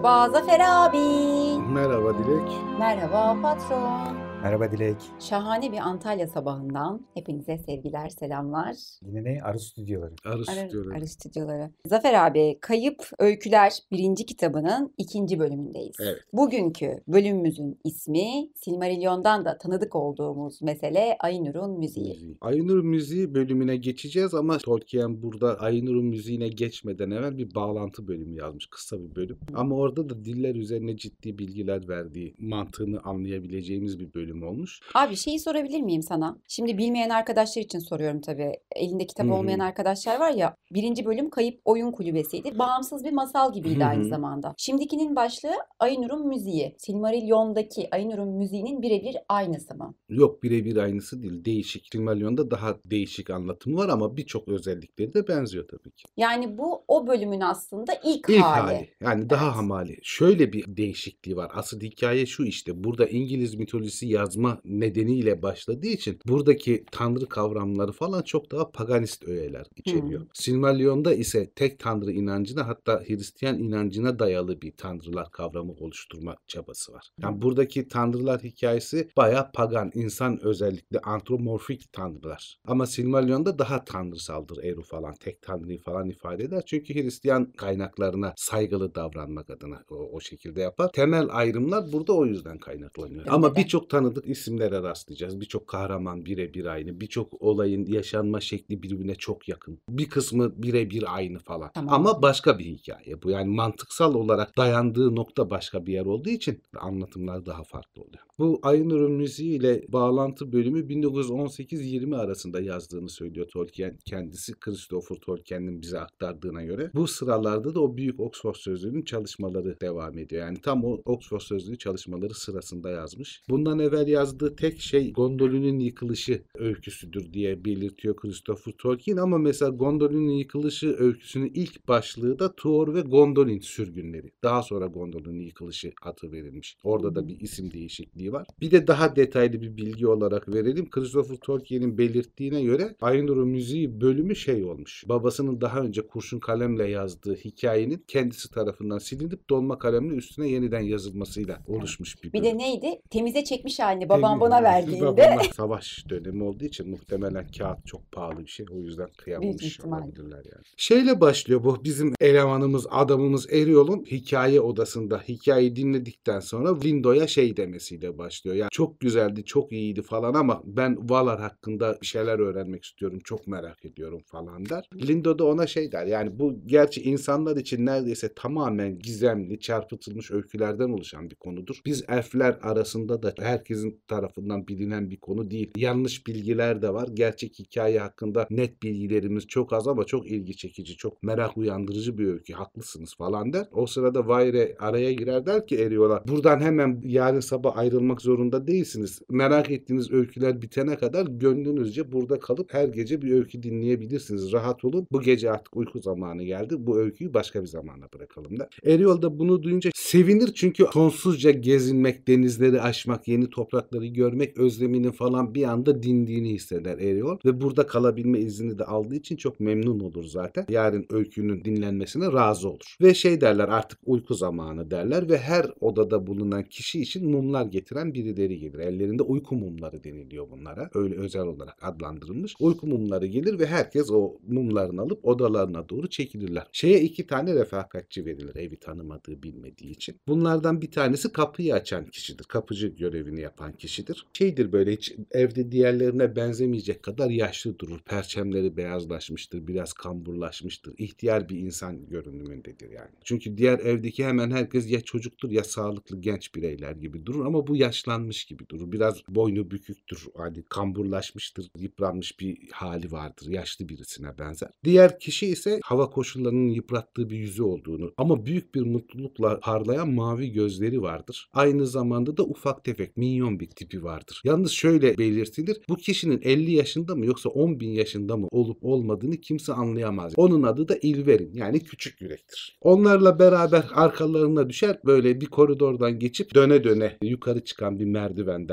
Merhaba Zafer abi. Merhaba Dilek. Merhaba patron. Merhaba Dilek. Şahane bir Antalya sabahından hepinize sevgiler, selamlar. Yine ne? Arı Stüdyoları. Arı stüdyoları. Zafer abi, Kayıp Öyküler 1. kitabının 2. bölümündeyiz. Evet. Bugünkü bölümümüzün ismi Silmarillion'dan da tanıdık olduğumuz mesele Ainur'un müziği. Ainur müziği bölümüne geçeceğiz ama Tolkien burada Ainur'un müziğine geçmeden evvel bir bağlantı bölümü yazmış. Kısa bir bölüm. Ama orada da diller üzerine ciddi bilgiler verdiği, mantığını anlayabileceğimiz bir bölüm olmuş. Abi şeyi sorabilir miyim sana? Şimdi bilmeyen arkadaşlar için soruyorum tabii. Elinde kitap olmayan arkadaşlar var ya. 1. bölüm Kayıp Oyun Kulübesi'ydi. Bağımsız bir masal gibiydi aynı zamanda. Şimdikinin başlığı Ainur'un müziği. Silmarillion'daki Ainur'un müziğinin birebir aynısı mı? Yok, birebir aynısı değil. Değişik. Silmarillion'da daha değişik anlatımı var ama birçok özellikleri de benziyor tabii ki. Yani bu o bölümün aslında ilk İlk hali. hali. Yani daha Evet. hamali. Şöyle bir değişikliği var. Asıl hikaye şu işte. Burada İngiliz mitolojisi yazma nedeniyle başladığı için buradaki tanrı kavramları falan çok daha paganist öğeler içeriyor. Silmarillion'da ise tek tanrı inancına, hatta Hristiyan inancına dayalı bir tanrılar kavramı oluşturma çabası var. Yani buradaki tanrılar hikayesi bayağı pagan, insan özellikle antropomorfik tanrılar. Ama Silmarillion'da daha tanrısaldır Eru falan. Tek tanrıyı falan ifade eder. Çünkü Hristiyan kaynaklarına saygılı davranmak adına o şekilde yapar. Temel ayrımlar burada o yüzden kaynaklanıyor. Tabii, Ama neden? birçok tanıdık isimlere rastlayacağız. Birçok kahraman birebir aynı. Birçok olayın yaşanma şekli birbirine çok yakın. Bir kısmı birebir aynı falan. Tamam. Ama başka bir hikaye bu. Yani mantıksal olarak dayandığı nokta başka bir yer olduğu için anlatımlar daha farklı oluyor. Bu Ainur'un müziğiyle bağlantı bölümü 1918-20 arasında yazdığını söylüyor Tolkien kendisi. Christopher Tolkien'in bize aktardığına göre. Bu sıralarda da o büyük Oxford Sözlüğü'nün çalışmaları devam ediyor. Yani tam o Oxford Sözlüğü çalışmaları sırasında yazmış. Bundan evvel yazdığı tek şey Gondolin'in yıkılışı öyküsüdür diye belirtiyor Christopher Tolkien, ama mesela Gondolin'in yıkılışı öyküsünün ilk başlığı da Tuor ve Gondolin sürgünleri. Daha sonra Gondolin'in yıkılışı adı verilmiş. Orada da bir isim değişikliği var. Bir de daha detaylı bir bilgi olarak verelim. Christopher Tolkien'in belirttiğine göre Ainur'un müziği bölümü şey olmuş. Babasının daha önce kurşun kalemle yazdığı hikayenin kendisi tarafından silinip dolma kalemle üstüne yeniden yazılmasıyla oluşmuş bir Bir bölüm. de neydi? Temize çekmiş halini babam Temiz- bana verdiğinde. Babama savaş dönemi olduğu için muhtemelen kağıt çok pahalı bir şey. O yüzden Büyük kıyamamış ihtimal. olabilirler yani. Şeyle başlıyor bu bizim elemanımız, adamımız Eriol'un hikaye odasında hikayeyi dinledikten sonra Lindo'ya şey demesiyle başlıyor. Ya çok güzeldi, çok iyiydi falan ama ben Valar hakkında bir şeyler öğrenmek istiyorum. Çok merak ediyorum falan der. Lindo da ona şey der. Yani bu gerçi insanlar için neredeyse tamamen gizemli, çarpıtılmış öykülerden oluşan bir konudur. Biz elfler arasında da herkesin tarafından bilinen bir konu değil. Yanlış bilgiler de var. Gerçek hikaye hakkında net bilgilerimiz çok az ama çok ilgi çekici, çok merak uyandırıcı bir öykü. Haklısınız falan der. O sırada Vaire araya girer, der ki Eriola, buradan hemen yarın sabah ayrılmak zorunda değilsiniz. Merak ettiğiniz öyküler bitene kadar gönlünüzce burada kalıp her gece bir öykü dinleyebilirsiniz. Rahat olun. Bu gece artık uyku zamanı geldi. Bu öyküyü başka bir zamana bırakalım der. Eriol da bunu duyunca sevinir, çünkü sonsuzca gezinmek, denizleri aşmak, yeni toprakları görmek özleminin falan bir anda dindiğini hisseder Eriol ve burada kalabilme izni de aldığı için çok memnun olur zaten. Yarın öykünün dinlenmesine razı olur. Ve şey derler, artık uyku zamanı derler ve her odada bulunan kişi için mumlar getiren birileri gelir. Ellerinde uyku mumları deniliyor bunlara. Öyle özel olarak adlandırılmış. Uyku mumları gelir ve herkes o mumlarını alıp odalarına doğru çekilirler. Şeye 2 tane refakatçi verilir, evi tanımadığı, bilmediği için. Bunlardan bir tanesi kapıyı açan kişidir. Kapıcı görevini yapan kişidir. Şeydir, böyle hiç evde diğerlerine benzemeyecek kadar yaşlı durur. Perçemleri beyazlaşmıştır, biraz kamburlaşmıştır. İhtiyar bir insan görünümündedir yani. Çünkü diğer evdeki hemen herkes ya çocuktur ya sağlıklı genç bireyler gibi durur ama bu yaşlanmış gibi durur. Biraz boynu büküktür. Hani kamburlaşmıştır, yıpranmış bir hali vardır. Yaşlı birisine benzer. Diğer kişi ise hava koşullarının yıprattığı bir yüzü olduğunu ama büyük bir mutlulukla parlayan mavi gözleri vardır. Aynı zamanda da ufak tefek, minyon bir tipi vardır. Yalnız şöyle belirtilir. Bu kişinin 50 yaşında mı yoksa 10.000 yaşında mı olup olmadığını kimse anlayamaz. Onun adı da İlverin, yani küçük yürektir. Onlarla beraber arkalarına düşer, böyle bir koridordan geçip döne döne yukarı çıkan bir merdivenden yürür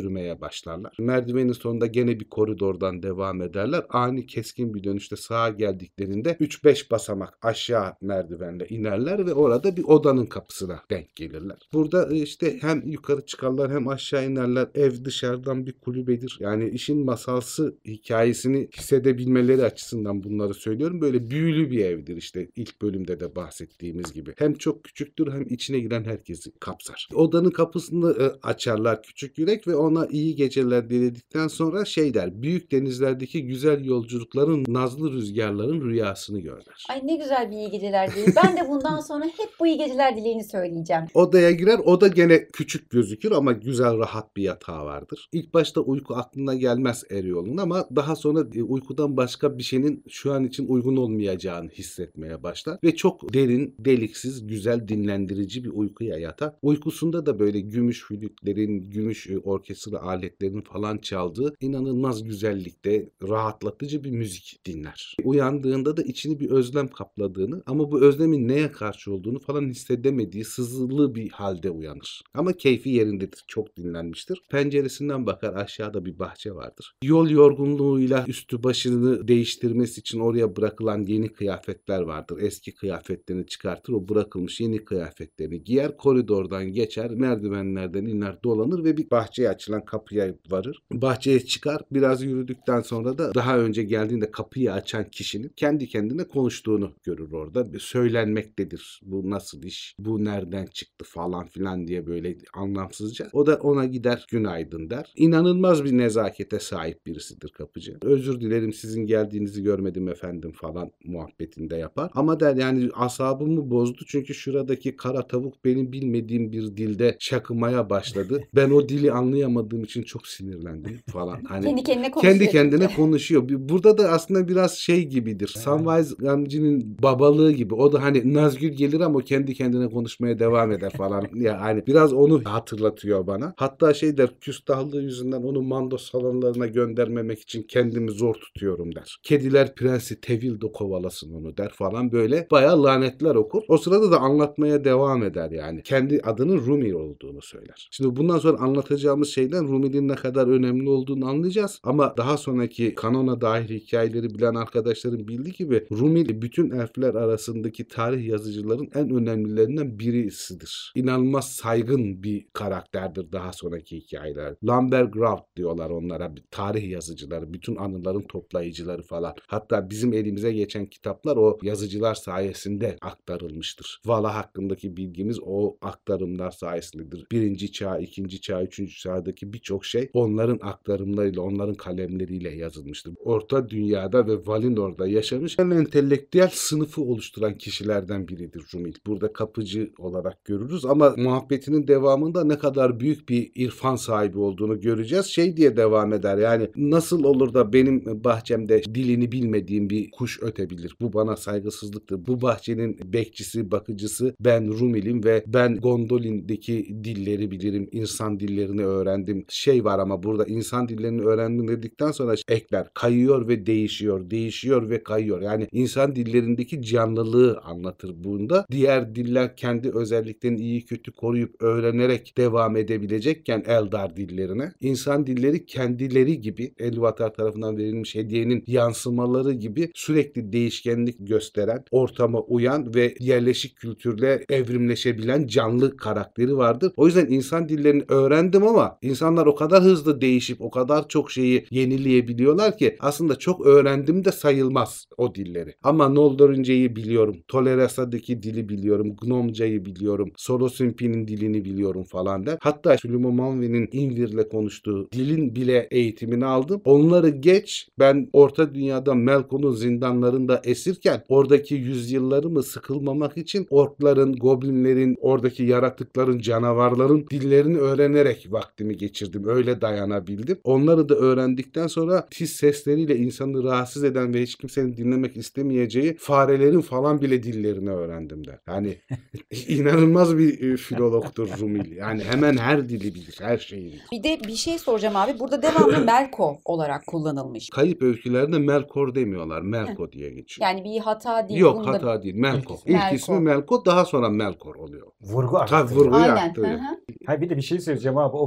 yürümeye başlarlar. Merdivenin sonunda gene bir koridordan devam ederler. Ani keskin bir dönüşte sağa geldiklerinde 3-5 basamak aşağı merdivenle inerler ve orada bir odanın kapısına denk gelirler. Burada işte hem yukarı çıkarlar hem aşağı inerler. Ev dışarıdan bir kulübedir. Yani işin masalsı hikayesini hissedebilmeleri açısından bunları söylüyorum. Böyle büyülü bir evdir işte ilk bölümde de bahsettiğimiz gibi. Hem çok küçüktür hem içine giren herkesi kapsar. Odanın kapısını açarlar küçük yürek ve ona iyi geceler diledikten sonra şey der. Büyük denizlerdeki güzel yolculukların, nazlı rüzgarların rüyasını görler. Ay ne güzel bir iyi geceler dileği. Ben de bundan sonra hep bu iyi geceler dileğini söyleyeceğim. Odaya girer. Oda gene küçük gözükür ama güzel rahat bir yatağı vardır. İlk başta uyku aklına gelmez Eriyol'un ama daha sonra uykudan başka bir şeyin şu an için uygun olmayacağını hissetmeye başlar ve çok derin, deliksiz, güzel, dinlendirici bir uykuya yatar. Uykusunda da böyle gümüş flütlerin, gümüş orkestra aletlerinin falan çaldığı inanılmaz güzellikte rahatlatıcı bir müzik dinler. Uyandığında da içini bir özlem kapladığını ama bu özlemin neye karşı olduğunu falan hissedemediği sızılı bir halde uyanır. Ama keyfi yerindedir. Çok dinlenmiştir. Penceresinden bakar, aşağıda bir bahçe vardır. Yol yorgunluğuyla üstü başını değiştirmesi için oraya bırakılan yeni kıyafetler vardır. Eski kıyafetlerini çıkartır. O bırakılmış yeni kıyafetlerini giyer. Koridordan geçer. Merdivenlerden iner, dolanır ve bir bahçeye açılan kapıya varır. Bahçeye çıkar. Biraz yürüdükten sonra da daha önce geldiğinde kapıyı açan kişinin kendi kendine konuştuğunu görür orada. Bir söylenmektedir. Bu nasıl iş? Bu nereden çıktı falan filan diye böyle anlamsızca. O da ona gider günaydın der. İnanılmaz bir nezakete sahip birisidir kapıcı. Özür dilerim sizin geldiğinizi görmedim efendim falan muhabbetinde yapar. Ama der yani asabımı bozdu çünkü şuradaki kara tavuk benim bilmediğim bir dilde şakımaya başladı. Ben o dili anlayamadığım için çok sinirlendim falan. Hani Kendi kendine konuşuyor. kendi kendine konuşuyor. Burada da aslında biraz şey gibidir. Samwise Gamgee'nin babalığı gibi. O da hani Nazgül gelir ama o kendi kendine konuşmaya devam eder falan. Yani biraz onu hatırlatıyor bana. Hatta şey der, küstahlığı yüzünden onu mando salonlarına göndermemek için kendimi zor tutuyorum der. Kediler prensi Tevildo kovalasın onu der falan böyle. Bayağı lanetler okur. O sırada da anlatmaya devam eder yani. Kendi adının Rumi olduğunu söyler. Şimdi bundan sonra anlatacağımız şeyden Rumi'nin ne kadar önemli olduğunu anlayacağız. Ama daha sonraki kanona dair hikayeleri bilen arkadaşların bildiği gibi Rumi bütün elfler arasındaki tarih yazıcıların en önemlilerinden birisidir. İnanılmaz saygın bir karakterdir daha sonraki hikayeler. Lambert Grout diyorlar onlara. Tarih yazıcıları, bütün anıların toplayıcıları falan. Hatta bizim elimize geçen kitaplar o yazıcılar sayesinde aktarılmıştır. Vala hakkındaki bilgimiz o aktarımlar sayesindedir. Birinci çağ, ikinci çağ, üçüncü çağdaki birçok şey onların aktarımlarıyla, onların kalemleriyle yazılmıştır. Orta Dünya'da ve Valinor'da yaşamış en entelektüel sınıfı oluşturan kişilerden biridir Rumil. Burada kapıcı olarak görürüz ama muhabbetinin devamında ne kadar büyük bir irfan sahibi olduğunu göreceğiz. Şey diye devam eder yani nasıl olur da benim bahçemde dilini bilmediğim bir kuş ötebilir? Bu bana saygısızlıktır. Bu bahçenin bekçisi, bakıcısı ben Rumil'im ve ben Gondolin'deki dilleri bilirim. İnsan dillerini öğrendim. Şey var ama burada insan dillerini öğrendim dedikten sonra ekler. Kayıyor ve değişiyor. Değişiyor ve kayıyor. Yani insan dillerindeki canlılığı anlatır bunda. Diğer diller kendi özelliklerini iyi kötü koruyup öğrenerek devam edebilecekken Eldar dillerine insan dilleri kendileri gibi Elvatar tarafından verilmiş hediyenin yansımaları gibi sürekli değişkenlik gösteren, ortama uyan ve yerleşik kültürle evrimleşebilen canlı karakteri vardır. O yüzden insan dillerini öğrendim ama insanlar o kadar hızlı değişip o kadar çok şeyi yenileyebiliyorlar ki aslında çok öğrendim de sayılmaz o dilleri. Ama Noldorunce'yi biliyorum. Tolerasa'daki dili biliyorum. Gnomca'yı biliyorum. Sorosimpi'nin dilini biliyorum falan der. Hatta Süleyman Manve'nin Invir'le konuştuğu dilin bile eğitimini aldım. Onları geç. Ben Orta Dünya'da Melkon'un zindanlarında esirken oradaki yüzyıllarımı sıkılmamak için orkların, goblinlerin, oradaki yaratıkların, canavarların dillerini öğrenerek vaktimi geçirdim. Öyle dayanabildim. Onları da öğrendikten sonra tiz sesleriyle insanı rahatsız eden ve hiç kimsenin dinlemek istemeyeceği farelerin falan bile dillerini öğrendim der. Yani inanılmaz bir filologtur Rumili. Yani hemen her dili bilir, her şeyi bilir. Bir de bir şey soracağım abi. Burada devamlı Melko olarak kullanılmış. Kayıp öykülerinde Melkor demiyorlar. Melko diye geçiyor. Yani bir hata değil. Yok Bunda hata değil. Melko. İlk İlk Melko. ismi Melko, daha sonra Melkor oluyor. Vurgu Tabii arttırıyor. vurguyu Aynen. arttırıyor. Hı hı. Ha bir de bir şey söyleyeceğim abi. O kadar dil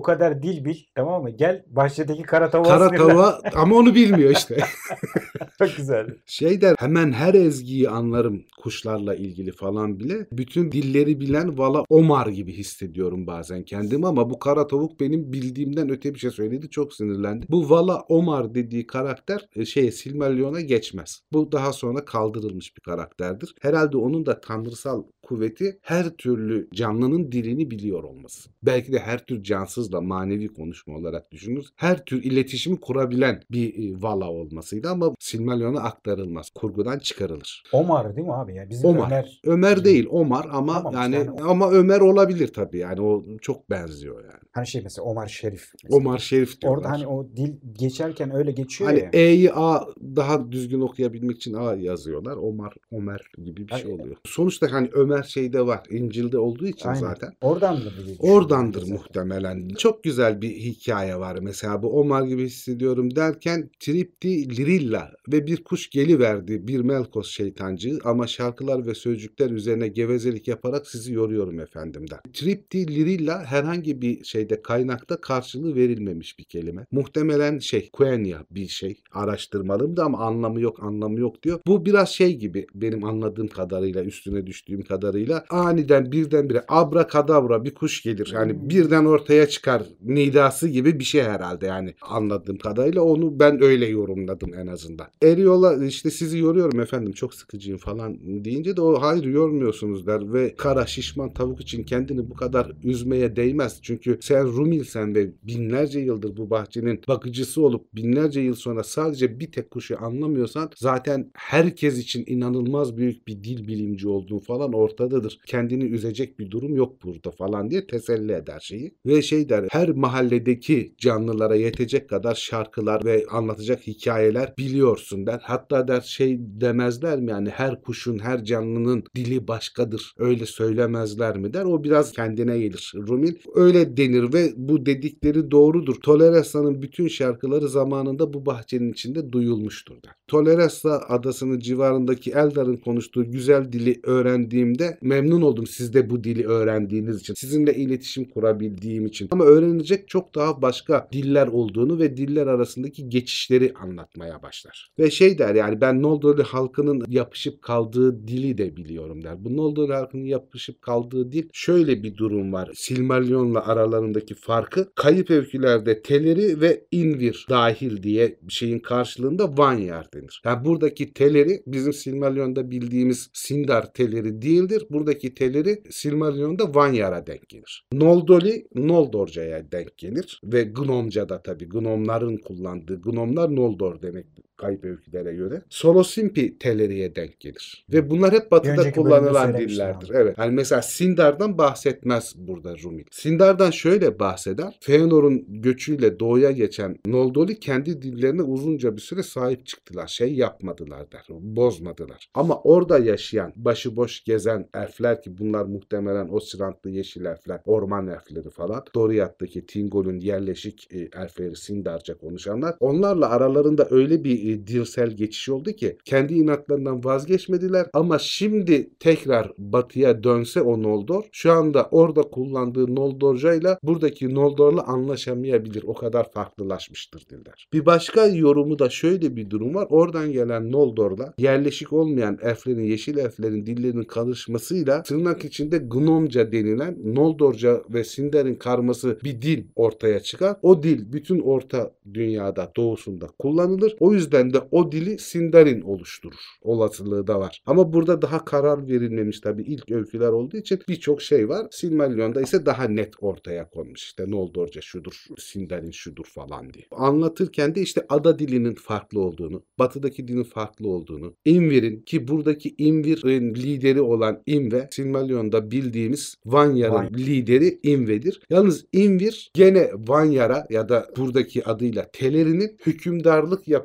dil bil, tamam mı? Gel bahçedeki kara tavuğa Kara sinirlen. tavuğa ama onu bilmiyor işte. Çok güzel. Şey der, hemen her ezgiyi anlarım kuşlarla ilgili falan bile. Bütün dilleri bilen Vala Omar gibi hissediyorum bazen kendimi ama bu kara tavuk benim bildiğimden öte bir şey söyledi. Çok sinirlendi. Bu Vala Omar dediği karakter Silmarillion'a geçmez. Bu daha sonra kaldırılmış bir karakterdir. Herhalde onun da tanrısal kuvveti her türlü canlının dilini biliyor olması. Belki de her tür cansızla manevi konuşma olarak düşünürüz. Her tür iletişimi kurabilen bir Vala olmasıydı ama Silmarillion'a aktarılmaz. Kurgudan çıkarılır. Omar değil mi abi ya? Bizim Omar. Ömer. Ömer değil, Omar ama Tamam işte yani hani, ama Ömer olabilir tabii. Yani o çok benziyor yani. hani şey mesela Omar Şerif. Mesela. Omar Şerif diyorlar. Orada hani o dil geçerken öyle geçiyor Hani ya. E'yi A daha düzgün okuyabilmek için A yazıyorlar. Ömer gibi bir şey Hani- oluyor. Sonuçta hani Ömer şeyde var. İncil'de olduğu için Aynen. zaten. Oradandır diye düşünüyorum ben de Oradandır zaten. muhtemelen. Çok güzel bir hikaye var. Mesela bu Omar gibi hissediyorum derken Tripti Lirilla ve bir kuş geliverdi, bir Melkos şeytancığı ama şarkılar ve sözcükler üzerine gevezelik yaparak sizi yoruyorum efendim der. Tripti Lirilla herhangi bir şeyde kaynakta karşılığı verilmemiş bir kelime. Muhtemelen Quenya bir şey. Araştırmalıyım da ama anlamı yok diyor. Bu biraz şey gibi benim anladığım kadarıyla, üstüne düştüğüm kadarıyla aniden birdenbire abrakadabra bir kuş gelir. Yani birden ortaya çıkar nidası gibi bir şey herhalde yani anladığım kadarıyla onu ben öyle yorumladım en azından. Eriyola işte sizi yoruyorum efendim çok sıkıcıyım falan deyince de o hayır yormuyorsunuz der ve kara şişman tavuk için kendini bu kadar üzmeye değmez. Çünkü sen Rumilsen ve binlerce yıldır bu bahçenin bakıcısı olup binlerce yıl sonra sadece bir tek kuşu anlamıyorsan zaten herkes için inanılmaz büyük bir dil bilimci olduğun falan ortadadır. Kendini üzecek bir durum yok burada falan diye teselli eder şeyi. Ve der her mahalledeki canlılara yetecek kadar şarkılar ve anlatacak hikayeler biliyorsun der. Hatta der demezler mi yani her kuşun her canlının dili başkadır öyle söylemezler mi der. O biraz kendine gelir. Rumil öyle denir ve bu dedikleri doğrudur. Toleressa'nın bütün şarkıları zamanında bu bahçenin içinde duyulmuştur der. Toleressa adasının civarındaki Eldar'ın konuştuğu güzel dili öğrendiğimde memnun oldum siz de bu dili öğrendiğiniz için. Sizinle iletişim kurabildiğim için. Ama öğrenecek çok daha başka diller olduğunu ve diller arasındaki geçişleri anlatmaya başlar. Ve der yani ben Noldorlu halkının yapışıp kaldığı dili de biliyorum der. Bu Noldorlu halkının yapışıp kaldığı dil şöyle bir durum var. Silmarillion'la aralarındaki farkı kayıp öykülerde Teleri ve Invir dahil diye bir şeyin karşılığında Vanyar denir. Yani buradaki Teleri bizim Silmarillion'da bildiğimiz Sindar Teleri değildir. Buradaki Teleri Silmarillion'da Vanyar'a denk gelir. Noldoli Noldorca'ya denk gelir ve Gnomca'da tabii Gnomların kullandığı Gnomlar Noldor demek kayıp öykülere göre. Solosimpi Teleri'ye denk gelir. Ve bunlar hep Bir batıda önceki bölümde kullanılan söylemiştin dillerdir. abi. Evet. Yani mesela Sindar'dan bahsetmez burada Rumil. Sindar'dan şöyle bahseder. Feanor'un göçüyle doğuya geçen Noldoli kendi dillerine uzunca bir süre sahip çıktılar. Yapmadılar der. Bozmadılar. Ama orada yaşayan, başıboş gezen elfler ki bunlar muhtemelen o sırantlı yeşil elfler, orman elfleri falan. Doriath'taki Tingol'un yerleşik elfleri Sindarca konuşanlar. Onlarla aralarında öyle bir dilsel geçiş oldu ki kendi inatlarından vazgeçmediler ama şimdi tekrar batıya dönse o Noldor şu anda orada kullandığı Noldorca ile buradaki Noldor'la anlaşamayabilir. O kadar farklılaşmıştır diller. Bir başka yorumu da şöyle bir durum var. Oradan gelen Noldor'la yerleşik olmayan elflerin, yeşil elflerin dillerinin karışmasıyla tırnak içinde Gnomca denilen Noldorca ve Sindar'ın karması bir dil ortaya çıkar. O dil bütün Orta Dünya'da doğusunda kullanılır. O yüzden de o dili Sindarin oluşturur. Olasılığı da var. Ama burada daha karar verilmemiş tabii ilk öyküler olduğu için birçok şey var. Silmarillion'da ise daha net ortaya konmuş. İşte Noldorca şudur, Sindarin şudur falan diye. Anlatırken de işte ada dilinin farklı olduğunu, batıdaki dilin farklı olduğunu, Invir'in ki buradaki Invir'in lideri olan Inve, Silmarillion'da bildiğimiz Vanyar'ın lideri Inve'dir. Yalnız Invir gene Vanyar'a ya da buradaki adıyla Teleri'nin hükümdarlık yapan klan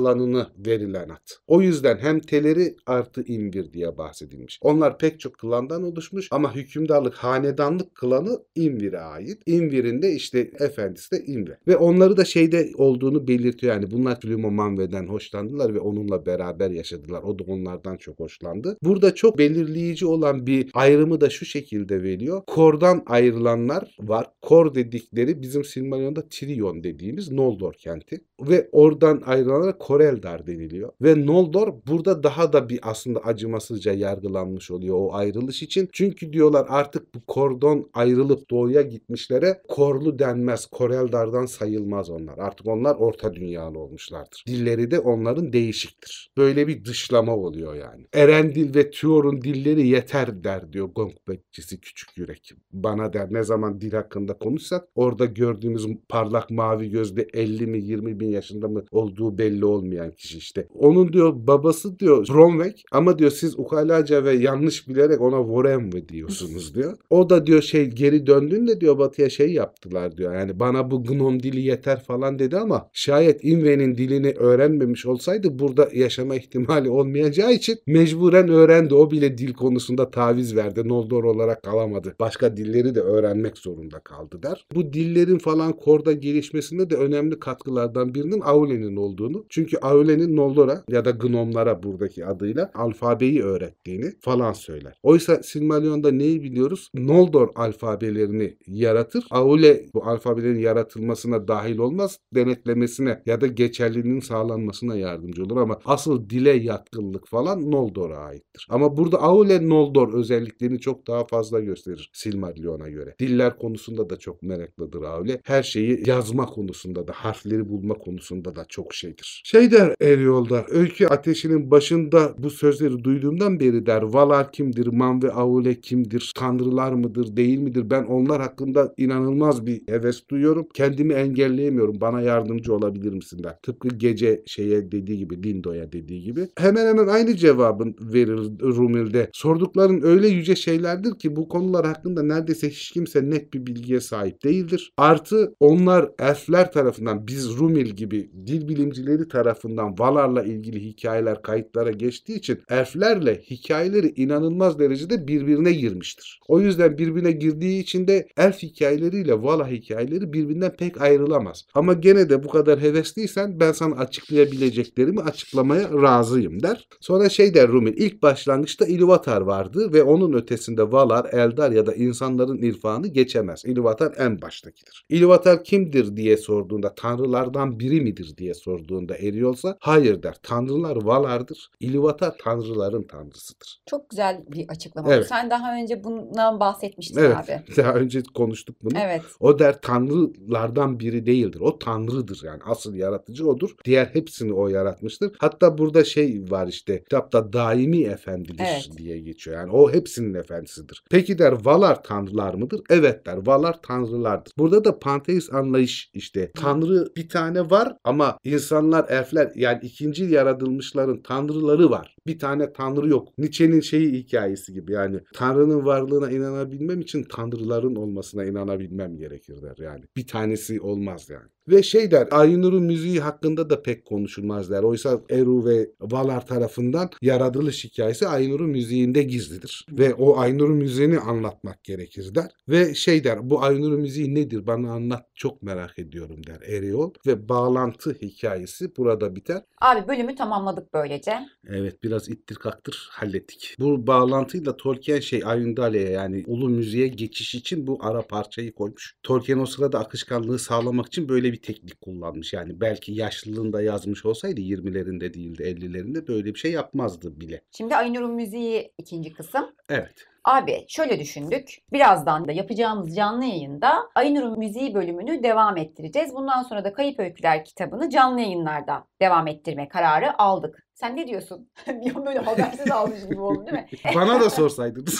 klanını verilen ad. O yüzden hem Teleri artı İmvir diye bahsedilmiş. Onlar pek çok klandan oluşmuş ama hükümdarlık, hanedanlık klanı İmvir'e ait. İmvir'in de işte efendisi de İmre. Ve onları da şeyde olduğunu belirtiyor. Yani bunlar Süleyman Manve'den hoşlandılar ve onunla beraber yaşadılar. O da onlardan çok hoşlandı. Burada çok belirleyici olan bir ayrımı da şu şekilde veriyor. Kor'dan ayrılanlar var. Kor dedikleri bizim Silmarillion'da Trion dediğimiz Noldor kenti. Ve oradan ayrılanlara Koreldar deniliyor. Ve Noldor burada daha da bir aslında acımasızca yargılanmış oluyor o ayrılış için. Çünkü diyorlar artık bu Kor'dan ayrılıp doğuya gitmişlere Korlu denmez. Koreldar'dan sayılmaz onlar. Artık onlar orta dünyalı olmuşlardır. Dilleri de onların değişiktir. Böyle bir dışlama oluyor yani. Erendil ve Tuor'un dilleri yeter der diyor Gong bekçisi Küçük Yürek. Bana der ne zaman dil hakkında konuşsak orada gördüğümüz parlak mavi gözlü 50 mi 20 bin yaşında mı olduğu belli olmayan kişi işte. Onun diyor babası diyor Bromweg ama diyor siz ukalaca ve yanlış bilerek ona Vorenve diyorsunuz diyor. O da diyor geri döndüğünde diyor batıya yaptılar diyor. Yani bana bu Gnom dili yeter falan dedi ama şayet Inve'nin dilini öğrenmemiş olsaydı burada yaşama ihtimali olmayacağı için mecburen öğrendi. O bile dil konusunda taviz verdi. Noldor olarak kalamadı. Başka dilleri de öğrenmek zorunda kaldı der. Bu dillerin falan Kor'da gelişmesinde de önemli katkılardan birinin Aule'nin olduğunu. Çünkü Aule'nin Noldor'a ya da Gnomlara buradaki adıyla alfabeyi öğrettiğini falan söyler. Oysa Silmarillion'da neyi biliyoruz? Noldor alfabelerini yaratır. Aule bu alfabelerin yaratılmasına dahil olmaz, denetlemesine ya da geçerliliğinin sağlanmasına yardımcı olur ama asıl dile yatkınlık falan Noldor'a aittir. Ama burada Aule Noldor özelliklerini çok daha fazla gösterir Silmarillion'a göre. Diller konusunda da çok meraklıdır Aule. Her şeyi yazma konusunda da, harfleri bulma konusunda da çok şeydir. Der Eriol'da, öykü ateşinin başında bu sözleri duyduğumdan beri der, Valar kimdir, Man ve Aule kimdir, tanrılar mıdır, değil midir? Ben onlar hakkında inanılmaz bir heves duyuyorum. Kendimi engelleyemiyorum. Bana yardımcı olabilir misin der. Tıpkı gece dediği gibi, Lindo'ya dediği gibi. Hemen hemen aynı cevabın verir Rumil'de. Sordukların öyle yüce şeylerdir ki bu konular hakkında neredeyse hiç kimse net bir bilgiye sahip değildir. Artı onlar elfler tarafından, biz Rumil gibi dil bilimcileri tarafından Valar'la ilgili hikayeler kayıtlara geçtiği için elflerle hikayeleri inanılmaz derecede birbirine girmiştir. O yüzden birbirine girdiği için de elf hikayeleriyle Valar hikayeleri birbirinden pek ayrılamaz. Ama gene de bu kadar hevesliysen ben sana açıklayabileceklerimi açıklamaya razıyım der. Sonra der Rumil, ilk başlangıçta Ilúvatar vardı ve onun ötesinde Valar, Eldar ya da insanların irfanı geçemez. Ilúvatar en baştakidir. Ilúvatar kimdir diye sorduğunda, tanrılardan biri midir diye sorduğunda Eriol'sa hayır der. Tanrılar Valar'dır. Ilúvatar tanrıların tanrısıdır. Çok güzel bir açıklama. Evet. Sen daha önce bundan bahsetmiştin abi. Evet. Daha önce konuştuk bunu. Evet. O der tanrılardan biri değildir. O tanrıdır yani. Asıl yaratıcı odur. Diğer hepsini o yaratmıştır. Hatta burada var işte. Kitapta daimi efendidir diye geçiyor. Yani o hepsinin efendisidir. Peki der Valar tanrılar mıdır? Evet der. Valar tanrılardır. Burada da panteist anlayış işte. Tanrı bir tane var ama insanlar, elfler yani ikinci yaratılmışların tanrıları var. Bir tane tanrı yok. Nietzsche'nin hikayesi gibi yani. Tanrının varlığına inanabilmem için tanrıların olmasına inanabilmem gerekir der yani. Bir tanesi olmaz yani. Ve der, Ainur'un müziği hakkında da pek konuşulmaz der. Oysa Eru ve Valar tarafından yaratılış hikayesi Ainur'un müziğinde gizlidir. Ve o Ainur'un müziğini anlatmak gerekir der. Ve der, bu Ainur'un müziği nedir? Bana anlat, çok merak ediyorum der Eriol. Ve bağlantı hikayesi burada biter. Abi bölümü tamamladık böylece. Evet, biraz ittir kaktır hallettik. Bu bağlantıyla Tolkien Ayundale'ye yani ulu müziğe geçiş için bu ara parçayı koymuş. Tolkien o sırada akışkanlığı sağlamak için böyle bir teknik kullanmış. Yani belki yaşlılığında yazmış olsaydı 20'lerinde değil de 50'lerinde böyle bir şey yapmazdı bile. Şimdi Ainur'un müziği ikinci kısım. Evet. Abi şöyle düşündük. Birazdan da yapacağımız canlı yayında Ainur'un müziği bölümünü devam ettireceğiz. Bundan sonra da Kayıp Öyküler kitabını canlı yayınlarda devam ettirme kararı aldık. Sen ne diyorsun? Böyle habersiz almış gibi oldu değil mi? Bana da sorsaydınız.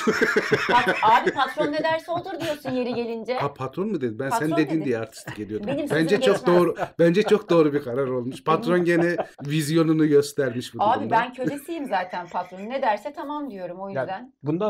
Abi patron ne derse odur diyorsun yeri gelince. Patron mu dedi? Ben patron sen dedin dedi diye artistik ediyordum. Bence çok doğru. Bence çok doğru bir karar olmuş. Patron gene vizyonunu göstermiş bu durumda. Abi ben kölesiyim zaten patronun. Ne derse tamam diyorum o yüzden. Ya, bundan sonra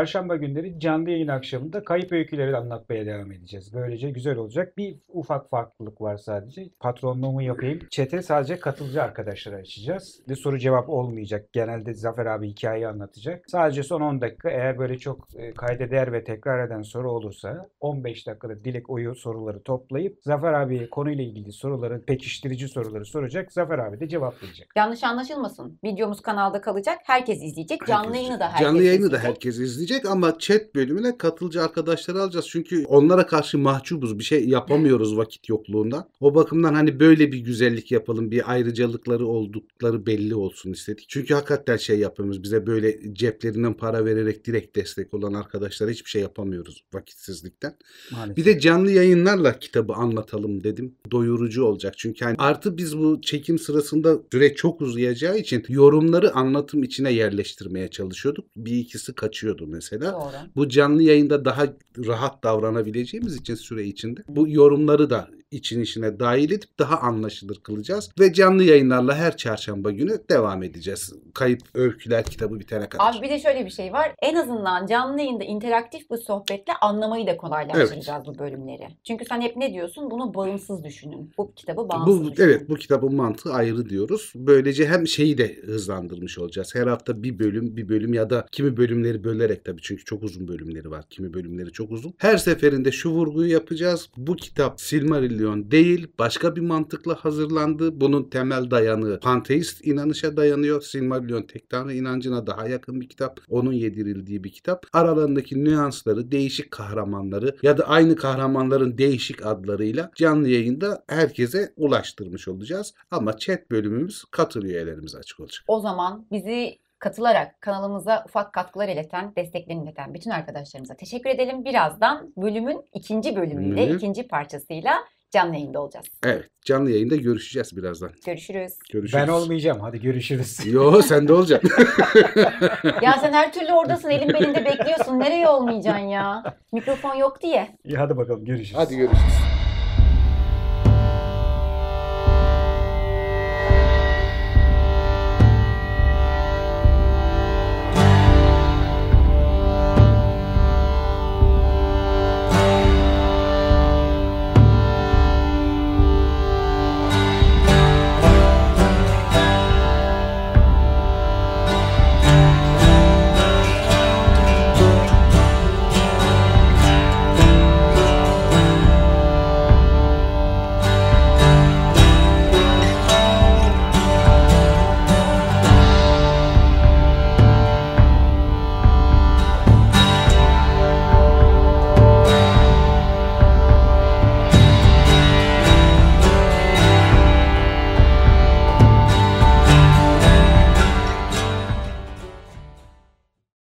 Çarşamba günleri canlı yayın akşamında kayıp öyküleri anlatmaya devam edeceğiz. Böylece güzel olacak. Bir ufak farklılık var sadece. Patronluğumu yapayım. Chat'e sadece katılıcı arkadaşlara açacağız. Ve soru cevap olmayacak. Genelde Zafer abi hikayeyi anlatacak. Sadece son 10 dakika eğer böyle çok kayda değer ve tekrar eden soru olursa 15 dakikada Dilek Oyu soruları toplayıp Zafer abi konuyla ilgili soruları, pekiştirici soruları soracak. Zafer abi de cevaplayacak. Yanlış anlaşılmasın. Videomuz kanalda kalacak. Herkes izleyecek. Canlı yayını da herkes Canlı yayını da izleyecek. herkes izleyecek ama chat bölümüne katılıcı arkadaşları alacağız. Çünkü onlara karşı mahcubuz. Bir şey yapamıyoruz vakit yokluğunda. O bakımdan hani böyle bir güzellik yapalım. Bir ayrıcalıkları oldukları belli olsun istedik. Çünkü hakikaten şey yapıyoruz. Bize böyle ceplerinden para vererek direkt destek olan arkadaşlara hiçbir şey yapamıyoruz vakitsizlikten. Maalesef. Bir de canlı yayınlarla kitabı anlatalım dedim. Doyurucu olacak. Çünkü hani artı biz bu çekim sırasında süre çok uzayacağı için yorumları anlatım içine yerleştirmeye çalışıyorduk. Bir ikisi kaçıyordu mesela. Doğru. Bu canlı yayında daha rahat davranabileceğimiz için süre içinde bu yorumları da içine dahil edip daha anlaşılır kılacağız. Ve canlı yayınlarla her çarşamba günü devam edeceğiz. Kayıp Öyküler kitabı bitene kadar. Abi bir de şöyle bir şey var. En azından canlı yayında interaktif bir sohbetle anlamayı da kolaylaştıracağız bu bölümleri. Çünkü sen hep ne diyorsun? Bunu bağımsız düşünün. Bu kitabı bağımsız düşünün. Evet, bu kitabın mantığı ayrı diyoruz. Böylece hem şeyi de hızlandırmış olacağız. Her hafta bir bölüm ya da kimi bölümleri bölerek tabii çünkü çok uzun bölümleri var. Kimi bölümleri çok uzun. Her seferinde şu vurguyu yapacağız. Bu kitap Silmarillion değil, başka bir mantıkla hazırlandı. Bunun temel dayanığı panteist inanışa dayanıyor. Silmarillion tek tanrı inancına daha yakın bir kitap. Onun yedirildiği bir kitap. Aralarındaki nüansları, değişik kahramanları ya da aynı kahramanların değişik adlarıyla canlı yayında herkese ulaştırmış olacağız. Ama chat bölümümüz katıl üyelerimize açık olacak. O zaman bizi katılarak kanalımıza ufak katkılar ileten, desteklerini ileten bütün arkadaşlarımıza teşekkür edelim. Birazdan bölümün ikinci bölümünde, ikinci parçasıyla canlı yayında olacağız. Evet, canlı yayında görüşeceğiz birazdan. Görüşürüz. Görüşürüz. Ben olmayacağım. Hadi görüşürüz. Yo, sen de olacaksın. Ya sen her türlü oradasın, elin belinde bekliyorsun. Nereye olmayacaksın ya? Mikrofon yok diye. İyi hadi bakalım görüşürüz. Hadi görüşürüz.